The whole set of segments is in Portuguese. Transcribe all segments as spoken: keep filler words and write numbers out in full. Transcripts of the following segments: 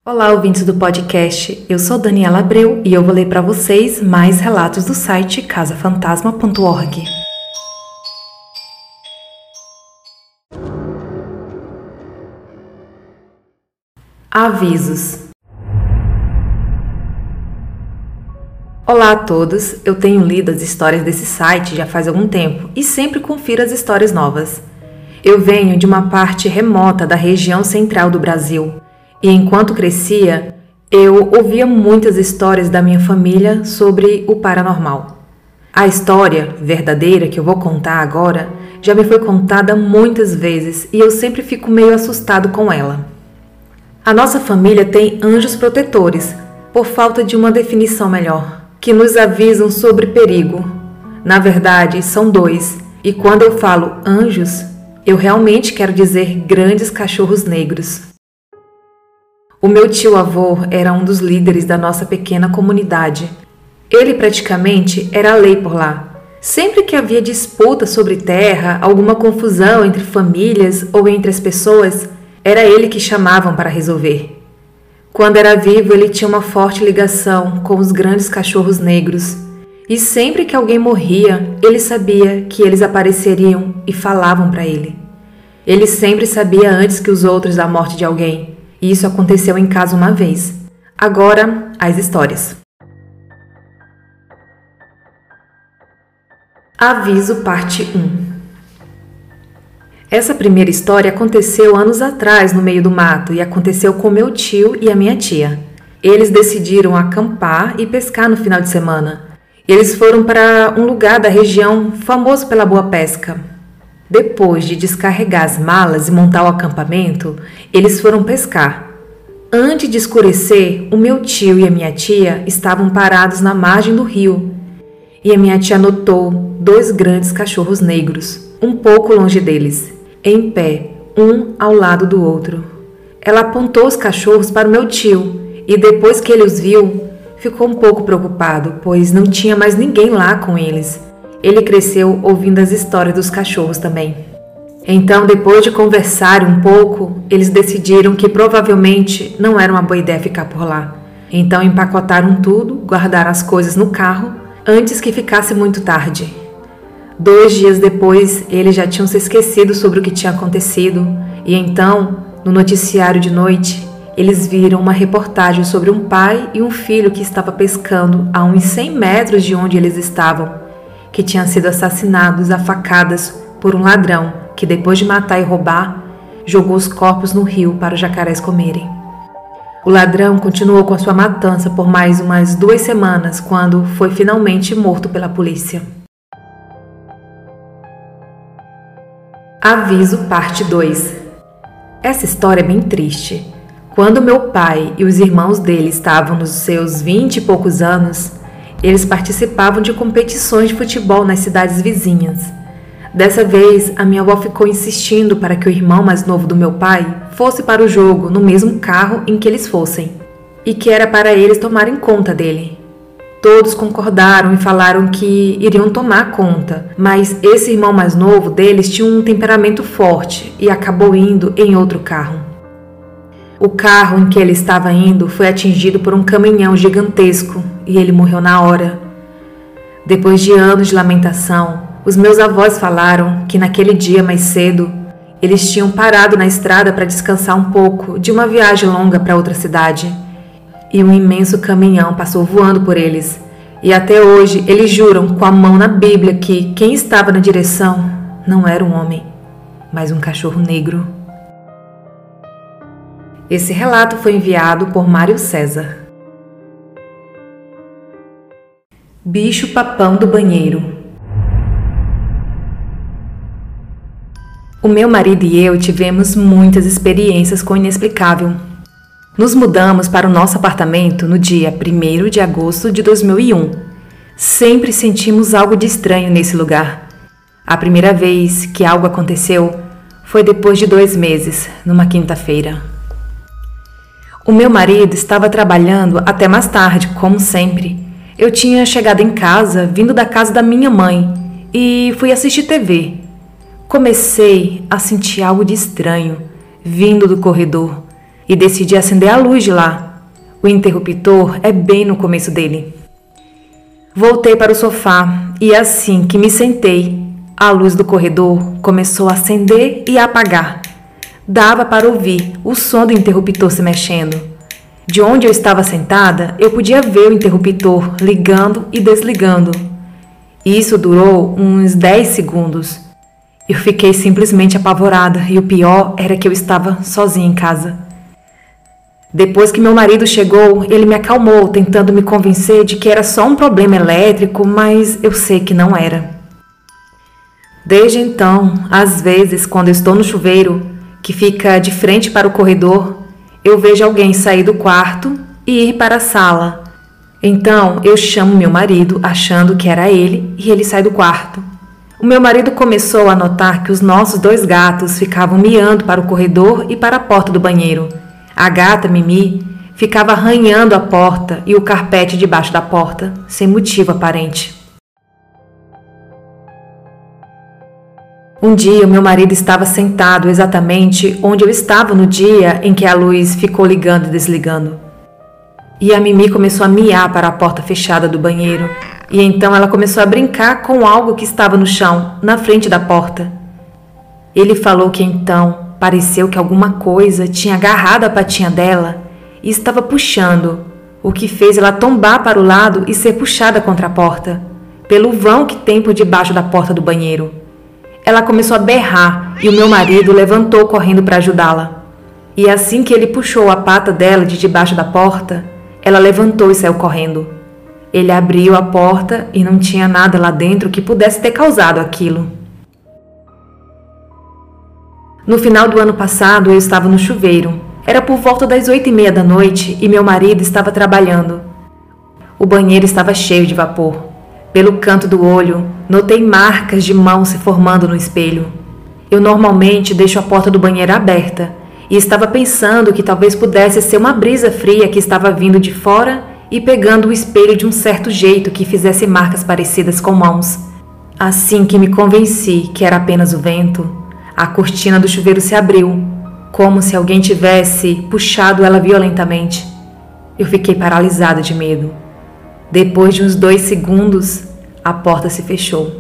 Olá, ouvintes do podcast. Eu sou Daniela Abreu e eu vou ler para vocês mais relatos do site casa fantasma ponto org. Avisos. Olá a todos, eu tenho lido as histórias desse site já faz algum tempo e sempre confiro as histórias novas. Eu venho de uma parte remota da região central do Brasil e enquanto crescia, eu ouvia muitas histórias da minha família sobre o paranormal. A história verdadeira que eu vou contar agora já me foi contada muitas vezes e eu sempre fico meio assustado com ela. A nossa família tem anjos protetores, por falta de uma definição melhor, que nos avisam sobre perigo. Na verdade, são dois, e quando eu falo anjos, eu realmente quero dizer grandes cachorros negros. O meu tio-avô era um dos líderes da nossa pequena comunidade. Ele praticamente era a lei por lá. Sempre que havia disputa sobre terra, alguma confusão entre famílias ou entre as pessoas, era ele que chamavam para resolver. Quando era vivo, ele tinha uma forte ligação com os grandes cachorros negros. E sempre que alguém morria, ele sabia que eles apareceriam e falavam para ele. Ele sempre sabia antes que os outros da morte de alguém. E isso aconteceu em casa uma vez. Agora, as histórias. Aviso parte um. Essa primeira história aconteceu anos atrás no meio do mato e aconteceu com meu tio e a minha tia. Eles decidiram acampar e pescar no final de semana. Eles foram para um lugar da região famoso pela boa pesca. Depois de descarregar as malas e montar o acampamento, eles foram pescar. Antes de escurecer, o meu tio e a minha tia estavam parados na margem do rio. E a minha tia notou dois grandes cachorros negros, um pouco longe deles, em pé, um ao lado do outro. Ela apontou os cachorros para o meu tio e depois que ele os viu, ficou um pouco preocupado, pois não tinha mais ninguém lá com eles. Ele cresceu ouvindo as histórias dos cachorros também. Então, depois de conversar um pouco, eles decidiram que provavelmente não era uma boa ideia ficar por lá. Então, empacotaram tudo, guardaram as coisas no carro, antes que ficasse muito tarde. Dois dias depois, eles já tinham se esquecido sobre o que tinha acontecido. E então, no noticiário de noite, eles viram uma reportagem sobre um pai e um filho que estava pescando a uns cem metros de onde eles estavam, que tinham sido assassinados a facadas por um ladrão que, depois de matar e roubar, jogou os corpos no rio para os jacarés comerem. O ladrão continuou com a sua matança por mais umas duas semanas, quando foi finalmente morto pela polícia. Aviso parte dois. Essa história é bem triste. Quando meu pai e os irmãos dele estavam nos seus vinte e poucos anos, eles participavam de competições de futebol nas cidades vizinhas. Dessa vez, a minha avó ficou insistindo para que o irmão mais novo do meu pai fosse para o jogo no mesmo carro em que eles fossem, e que era para eles tomarem conta dele. Todos concordaram e falaram que iriam tomar conta, mas esse irmão mais novo deles tinha um temperamento forte e acabou indo em outro carro. O carro em que ele estava indo foi atingido por um caminhão gigantesco e ele morreu na hora. Depois de anos de lamentação, os meus avós falaram que naquele dia mais cedo, eles tinham parado na estrada para descansar um pouco de uma viagem longa para outra cidade. E um imenso caminhão passou voando por eles. E até hoje eles juram com a mão na Bíblia que quem estava na direção não era um homem, mas um cachorro negro. Esse relato foi enviado por Mário César. Bicho papão do banheiro. O meu marido e eu tivemos muitas experiências com o inexplicável. Nos mudamos para o nosso apartamento no dia primeiro de agosto de dois mil e um. Sempre sentimos algo de estranho nesse lugar. A primeira vez que algo aconteceu foi depois de dois meses, numa quinta-feira. O meu marido estava trabalhando até mais tarde, como sempre. Eu tinha chegado em casa, vindo da casa da minha mãe, e fui assistir T V. Comecei a sentir algo de estranho, vindo do corredor. e decidi acender a luz de lá. O interruptor é bem no começo dele. Voltei para o sofá e assim que me sentei, a luz do corredor começou a acender e a apagar. Dava para ouvir o som do interruptor se mexendo. De onde eu estava sentada, eu podia ver o interruptor ligando e desligando. Isso durou uns dez segundos. Eu fiquei simplesmente apavorada e o pior era que eu estava sozinha em casa. Depois que meu marido chegou, ele me acalmou, tentando me convencer de que era só um problema elétrico, mas eu sei que não era. Desde então, às vezes, quando eu estou no chuveiro, que fica de frente para o corredor, eu vejo alguém sair do quarto e ir para a sala. Então, eu chamo meu marido, achando que era ele, e ele sai do quarto. O meu marido começou a notar que os nossos dois gatos ficavam miando para o corredor e para a porta do banheiro. A gata, Mimi, ficava arranhando a porta e o carpete debaixo da porta, sem motivo aparente. Um dia, o meu marido estava sentado exatamente onde eu estava no dia em que a luz ficou ligando e desligando. E a Mimi começou a miar para a porta fechada do banheiro. E então ela começou a brincar com algo que estava no chão, na frente da porta. Ele falou que então pareceu que alguma coisa tinha agarrado a patinha dela e estava puxando, o que fez ela tombar para o lado e ser puxada contra a porta, pelo vão que tem por debaixo da porta do banheiro. Ela começou a berrar e o meu marido levantou correndo para ajudá-la. E assim que ele puxou a pata dela de debaixo da porta, ela levantou e saiu correndo. Ele abriu a porta e não tinha nada lá dentro que pudesse ter causado aquilo. No final do ano passado, eu estava no chuveiro. Era por volta das oito e meia da noite e meu marido estava trabalhando. O banheiro estava cheio de vapor. Pelo canto do olho, notei marcas de mão se formando no espelho. Eu normalmente deixo a porta do banheiro aberta e estava pensando que talvez pudesse ser uma brisa fria que estava vindo de fora e pegando o espelho de um certo jeito que fizesse marcas parecidas com mãos. Assim que me convenci que era apenas o vento, a cortina do chuveiro se abriu, como se alguém tivesse puxado ela violentamente. Eu fiquei paralisada de medo. Depois de uns dois segundos, a porta se fechou.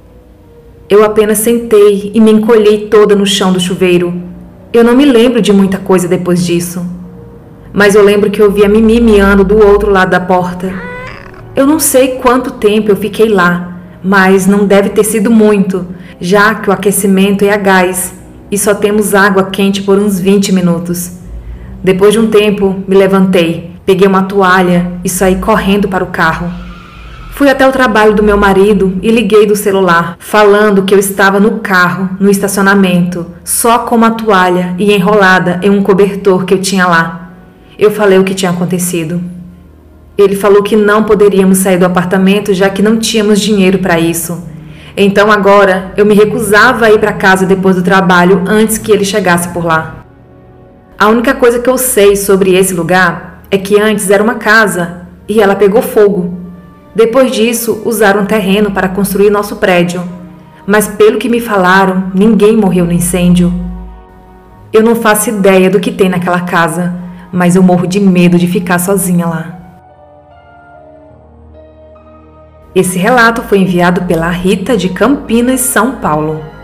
Eu apenas sentei e me encolhei toda no chão do chuveiro. Eu não me lembro de muita coisa depois disso. Mas eu lembro que eu vi a Mimi miando do outro lado da porta. Eu não sei quanto tempo eu fiquei lá, mas não deve ter sido muito, já que o aquecimento é a gás e só temos água quente por uns vinte minutos. Depois de um tempo, me levantei, peguei uma toalha e saí correndo para o carro. Fui até o trabalho do meu marido e liguei do celular, falando que eu estava no carro, no estacionamento, só com uma toalha e enrolada em um cobertor que eu tinha lá. Eu falei o que tinha acontecido. Ele falou que não poderíamos sair do apartamento, já que não tínhamos dinheiro para isso. Então agora eu me recusava a ir para casa depois do trabalho antes que ele chegasse por lá. A única coisa que eu sei sobre esse lugar é que antes era uma casa e ela pegou fogo. Depois disso, usaram um terreno para construir nosso prédio. Mas pelo que me falaram, ninguém morreu no incêndio. Eu não faço ideia do que tem naquela casa, mas eu morro de medo de ficar sozinha lá. Esse relato foi enviado pela Rita de Campinas, São Paulo.